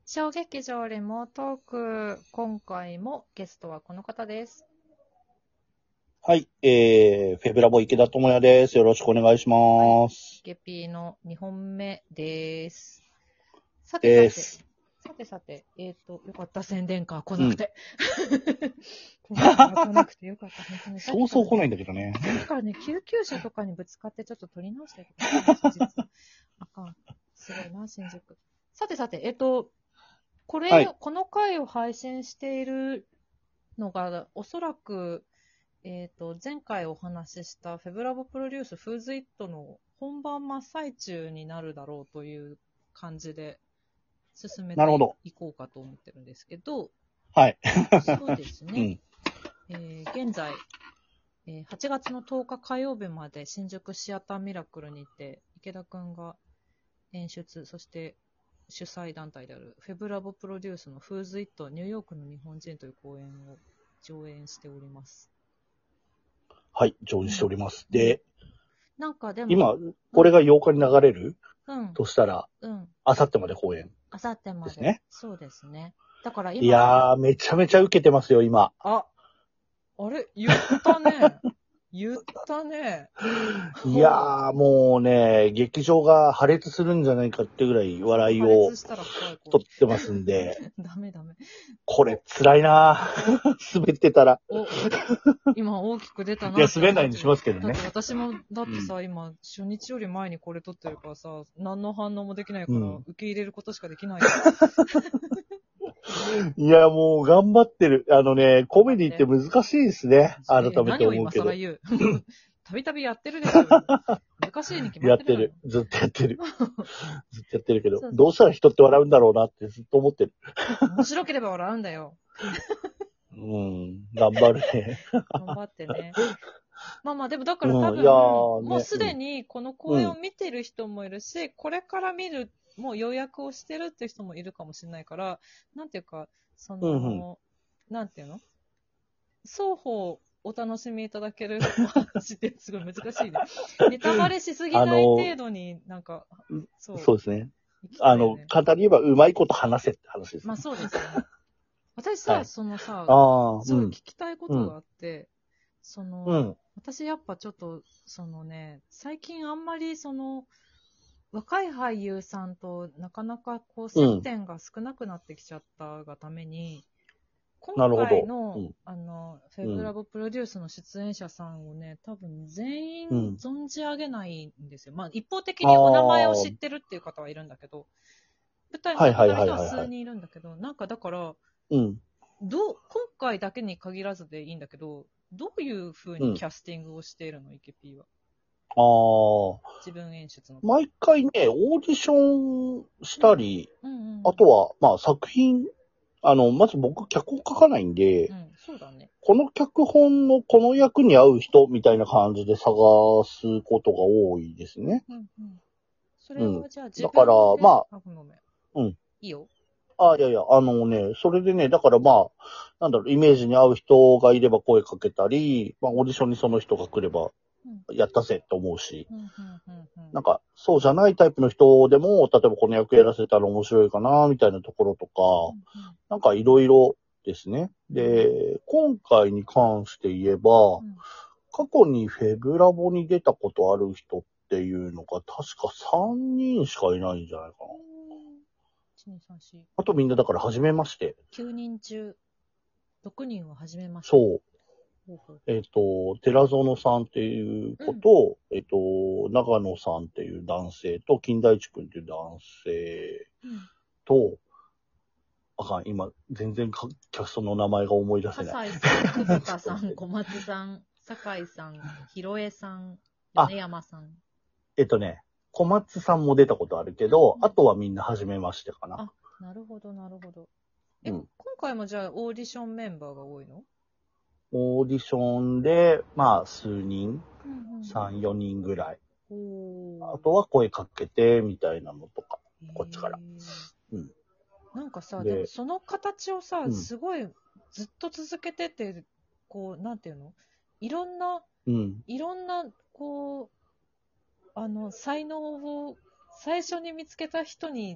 小劇場リモートーク、今回もゲストはこの方です。 はい、フェブラボ池田智也です。よろしくお願いしはい、 ます。 ゲピーの2本目です。さてさて、 です。 よかった、宣伝カー来うん。 なくて。今回は来なくてよかった、本当に。さっきからね、 そうそう来ないんだけどね。 救急車とかにぶつかってちょっと取り直したりとかしてるんですよ、実は。あかん。すごいな、新宿。 はい。 この回を配信しているのが、おそらく、前回お話ししたフェブラボプロデュースフーズイットの本番真っ最中になるだろうという感じで進めてなるほど。 いこうかと思ってるんですけど、 はい。 そうですね。 うん。 現在、8月の10日火曜日まで新宿シアターミラクルにて池田くんが演出、そして主催団体であるフェブラボプロデュースのフーズイットニューヨークの日本人という公演を上演しております。 はい、上映しておうん。 ります。 うん。 で、 なんかでも、 今、 うん、 これが8日に流れるうん、 としたら、 うん。 あさってまで公演あさってまで。 ですね。 そうですね。だからい今、 やー、めちゃめちゃ受けてますよ、今。 あれ言ったね。言ったね。 いやほー、もうね、劇場が破裂するんじゃないかってぐらいう。ちょっと破笑いを裂したら怖い怖い。 取ってますんで、 ダメダメ。 これ辛いなー。滑ってたら。 お、今大きく出たいや、 なって滑んないようにし思ってる。だってますけどね。 私も、だっうん。 てさ、今、初日より前にこれ撮ってるからさ、何の反応もできないから、 うん。 受け入れることしかできないよ。 いや、もう頑張ってる。コメディって頑張って。 難しいですね。改めて何を今思うけど。 更言う。たびたびやってるでしょうよ。難しいに決まってるわよ。 やってる。ずっとやってる。ずっとやってるけど、 そうそう。 どうしたら人って笑うんだろうなってずっと思ってる。 面白ければ笑うんだよ。 うん。頑張るね。 頑張ってね。まあまあ、でもだから多うん。いや分、 ーね。 もうすでうん。 にこの公うん。 演を見てる人もいるし、これから見る、もう予約をしてるっていう人もいるかもしれないから、なんていうか、 うん。うん。 なんていうの双方お楽しみいただけるお話ってすごい難しいね。ネタバレしすぎないあの、 程度になんか、そう、 そうですね。 行きたいよね。 簡単に言えばうまいこと話せって話ですね。 まあそうですよね。私さ、 はい。ああ、 すごい聞うん。 きたいこうん。 とがあって、 うん。 私やっぱちょっと、最近あんまり若い俳優さんとなかなかこう接うん。 点が少なくなってきちゃったがために、今なるほど。う回の、 ん。 フェうん。 ブラボプロデュースの出演者さんをね、多分全員うん。 存じ上げないんですよ。まあ一方的あにお名前をあ、は知ってるっていう方はいるんだけど、舞台にいはい立ってたはいはいはい。 人は数人いるんだけど、なんかだから、 うん。 今回だけに限らずでいいんだけど、どういう風うん。 にキャスティングをしているの、イケピーは。 ああ、 自分演出の時。 毎回ね、オーディションしうん。 たり、 うんうんあとは、まあ作品、まず僕脚本書かないんで、 うん。うん、そうだね。 この脚本のこの役に合う人みたいな感じで探すことが多いですね。 うんうん。それうん。 はじゃあ自だから、 分で、 まあ、 ごめん。 うん。 いいよ。 いやいや、それでね、だからまあ、なんだろう、イメージに合う人がいれば声かけたり、まあ、オーディションにその人が来れば、 うん。 やったぜって思うし、 うん、うん、うん、うん。 なんか、そうじゃないタイプの人でも、例えばこの役やらせたら面白いかな、みたいなところとか、 うん、 なんかいろいろですね。 うん。 で、今回に関して言えば、 うん。 過去にフェブラボに出たことある人っていうのが確か3人しかいないんじゃないかな。 うん。1、2、3、4、 あとみんなだから初めまして。 9人中6人は初めまして。 そう。 ほうほう。 寺園さんっていううん。 子と、長野さんっていう男性と、金田一くんっていう男性うん。 と、今、全然キャストの名前が思い出せない。 笠井さん、久保田さん、 ちょっと待ってね。 小松さん、酒井さん、広江さん、 あ、 米山さん。 小松さんも出たことあるけうんど、 うん。 あとはみんな初めましてかな。 あ、なるほど、なるほど。 うん。 今回もじゃあオーディションメンバーが多いの？ オーディションで、まあ、数人、 うん 3、4人ぐらい。 うん。おー。 あとは声かけて、みたいなのとか、 へこっちから。 ー。 うん。 なんかさ、でもで、 その形をさ、 うん、 すごいずっと続けてて、こう、なんていうのいろんな、 うん、 いろんな、こう、才能を最初に見つけた人に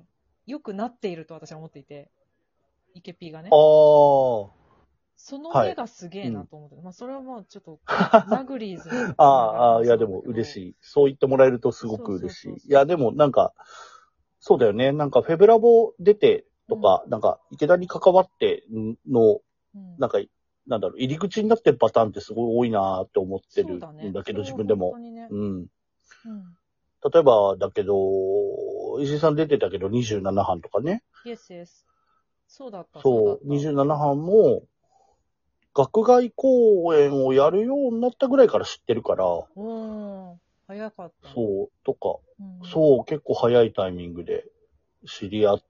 良くなっていると私は思っていて、イケピーがね。 ああ。 その目がすげえなと思って、まあそれはもうちょっと、ナグリーズのああ、ああ、いやでもい。 嬉しい。そう言ってもらえるとすごく嬉しい。 そうそうそうそういやでもなんか、そうだよね。なんかフェブラボ出てとか、なんか池田に関わっての、 うんなんか、なんだろう、入り口になってるパターンってすごい多いなーって思ってるそうだね。 んだけど、 それは自分でも。 本当にね。 うん。 うん。 例えば、だけど、石井さん出てたけど27班とかね。 イエスイエス。そうだった、そうだっそう、 た。 27班も、学外公演をやるようになったぐらいから知ってるから、 おー、早かったね。 そう、とか、 うん、 そう、結構早いタイミングで知り合って、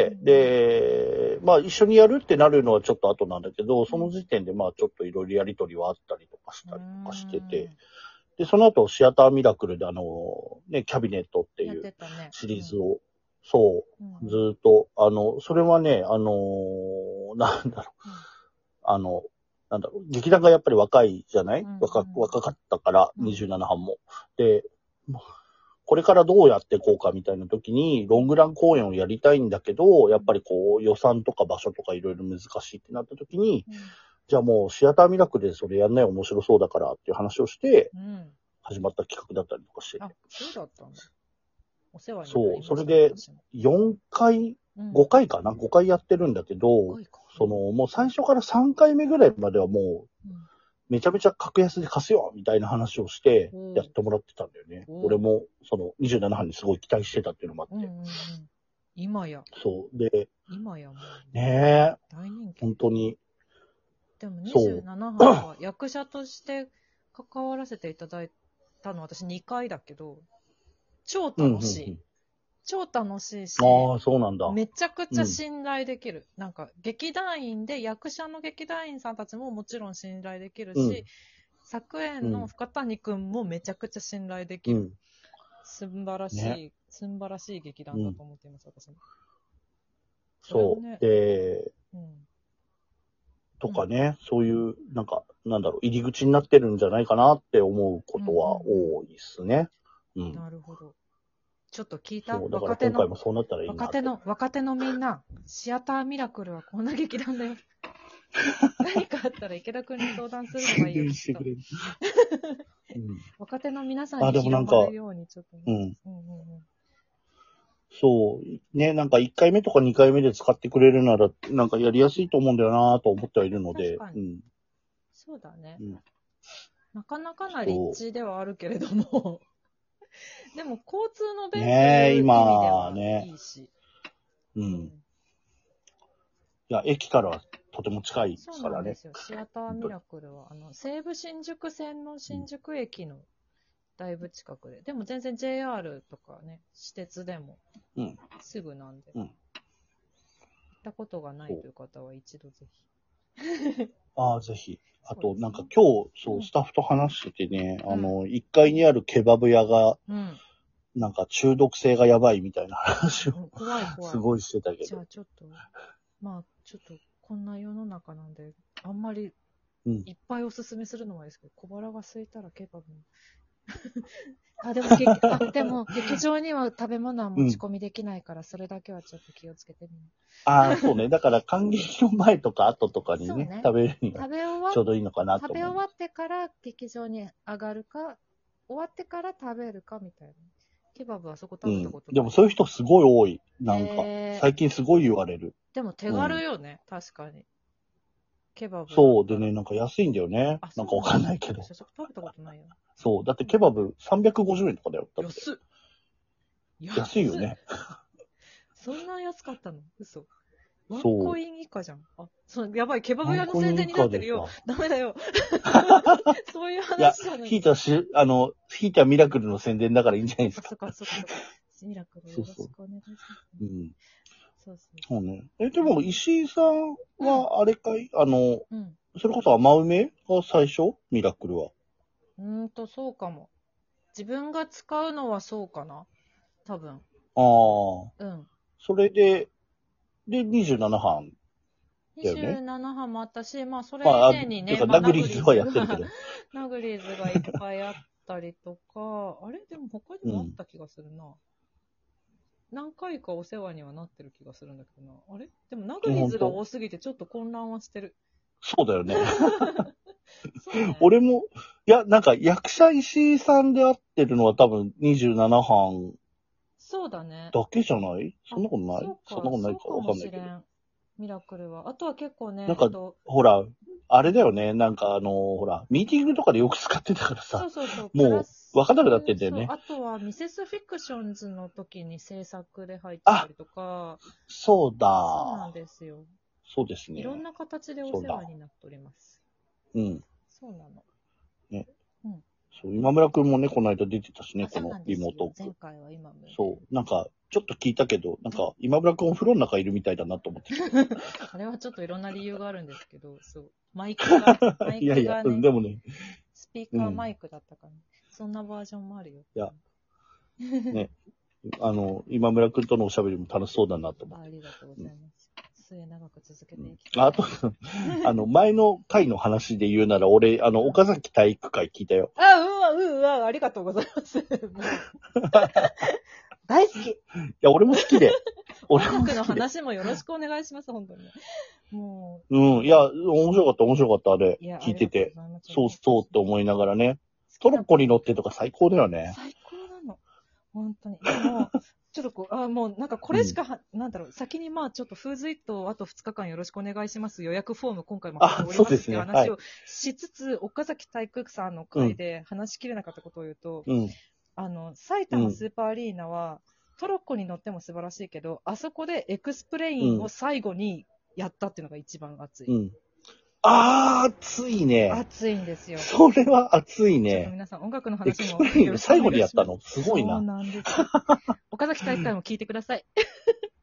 うんで、まあ一緒にやるってなるのはちょっと後なんだけど、そのうん時点でまあちょっといろいろやりとりはあったりとかしたりとかしてて、 うんで、その後シアターミラクルでね、キャビネットってやっいうてたね。 シリーズを、そうんう、ずーっと、それはね、なんだろう、あの、なんだろう、劇団がやっぱり若いじゃない、 うん若かったから、 うん 27班も。で、これからどうやっていこうかみたいな時に、ロングラン公演をやりたいんだけど、やっぱりこう、予算とか場所とかいろいろ難しいってなった時に、じゃあもうシアターミラクルでそれやんない面白そうだからっていう話をして、 うん。 始まった企画だったりとかしてて。 あ、そうだったんだ。お世話になそう、 りました。 それで私も 4回、 うん 5回かな ?5 回やってるんだけど、 回かもう最初から3回目ぐらいまではもう、 うんめちゃめちゃ格安で貸すよみたいな話をしてお、 やってもらってたんだよね。 お俺も、27班にすごい期待してたっていうのもあって。 うんうんうん。今や、 そう。で、 今やもう、 ねえ、 大人気。 本当に。 でもそう 27班は役者として関わらせていただいたの私2回だけど、超楽しい。超楽しいし、 ああ、そうなんだ。 めちゃくちゃ信頼できる。なんか、劇団員で、役者の劇団員さんたちももちろん信頼できるし、 うん作演の深谷くんもめちゃくちゃ信頼できる。素晴らしい、 ね素晴らしい劇団だと思っています、私も。 そう。 ね、 で、 うんとかね、そういう、なんか、なんだろう、入り口になってるんじゃないかなって思うことは多いですね。 なるほど。ちょっと聞いたそう、だから今回もそうなったらいいな若手のみんな、シアターミラクルはこんな劇団だよ。何かあったら池田くんに相談するのがいいよ。きっと若手の皆さんに広まるようにちょっと、 そう。ね、なんか1回目とか2回目で使ってくれるなら、なんかやりやすいと思うんだよなと思ってはいるので。 そうだね。なかなかな立地ではあるけれども、でも交通の便という意味ではいいし。 いや、駅からはとても近いですからね。 そうなんですよ。シアターミラクルは、西武新宿線の新宿駅のだいぶ近くで。でも全然 JR とかね、私鉄でもすぐなんで。行ったことがないという方は一度ぜひ。 ああ、ぜひ。あと、なんか今日、そう、スタッフと話しててね、1階にあるケバブ屋が、なんか中毒性がやばいみたいな話を、 怖い怖い。 すごいしてたけど。 じゃあちょっと、まあちょっとこんな世の中なんで、あんまりいっぱいおすすめするのはですけど、小腹が空いたらケバブ。でも劇場には食べ物は持ち込みできないから、それだけはちょっと気をつけてみる。 ああ、そうね。だから感激の前とか後とかにね、食べるにはちょうどいいのかなと思う。 食べ終わってから劇場に上がるか、終わってから食べるかみたいな。ケバブはそこ食べたことない。 でもそういう人すごい多い。なんか、最近すごい言われる。 でも手軽よね、確かに。ケバブ。 そう。でね、なんか安いんだよね。なんかわかんないけど。 食べたことないよ。 そう。だってケバブ350円とかだよ。安いよね。 そんな安かったの？嘘。ワンコイン以下じゃん。やばい、ケバブ屋の宣伝になってるよ。ダメだよ。そういう話じゃない。 ひいてはミラクルの宣伝だからいいんじゃないですか。 そっか。ミラクルよろしくお願いします。 そうね。でも石井さんはあれかい、それこそ甘梅が最初ミラクルは。 そうかも。自分が使うのはそうかな。多分。 それで、27班だよね。 27班もあったし、まあ、それ以前にね、 ナグリーズはやってるけど。 ナグリーズがいっぱいあったりとか、あれでも他にもあった気がするな。 何回かお世話にはなってる気がするんだけどな。あれでもナグリーズが多すぎてちょっと混乱はしてる。 そうだよね。 そうね。 俺も、いや、なんか役者石井さんで会ってるのは多分27班そうだね。 だけじゃない？そんなことない？ そうか、 そんなことないかそうわかんないけど。 もしれん。ミラクルは。あとは結構ね、 なんかほら、あれだよね。なんかほら、ミーティングとかでよく使ってたからさ、 そうそうそう。 もう分かんなくなってんだよね。 そう、あとはミセスフィクションズの時に制作で入ってたりとか。 そうだ。 そうなんですよ。 そうですね。 いろんな形でお世話になっております。 うん。 そうなの。 ね。 うん。 そう、今村くんもね、この間出てたしね、このリモート。 前回は今村。 そう。なんか、ちょっと聞いたけど、なんか、今村くんお風呂の中いるみたいだなと思ってあれはちょっといろんな理由があるんですけど、そう。マイクがね、 いやいや、でもね。 スピーカーマイクだったから、ねそんなバージョンもあるよ。 いや、ね。今村くんとのおしゃべりも楽しそうだなと思って。 ありがとうございます。末長く続けていきたい。 あと、前の回の話で言うなら、俺、岡崎体育会聞いたよ。 ありがとうございます。大好き。 いや、俺も好きで。 音楽の話もよろしくお願いします、本当に。もう。うん。いや、面白かった、あれ。 いや聞いてて。 ありがとそううございますそうって思いながらね。トロッコに乗ってとか最高だよね。 最高なの。本当に。でも、ちょっともうなんかこれしかなんだろう、先にちょっとフーズイットあと2日間よろしくお願いします。予約フォーム今回も貼っておりますっていう話をしつつ、岡崎体育さんの会で話しきれなかったことを言うと、埼玉スーパーアリーナは、トロッコに乗っても素晴らしいけど、あそこでエクスプレインを最後にやったっていうのが一番熱い。 熱いね。 熱いんですよ。 それは熱いね。 ちょっと皆さん音楽の話も最後にやったのすごいな。 そうなんです。岡崎体育会も聞いてください。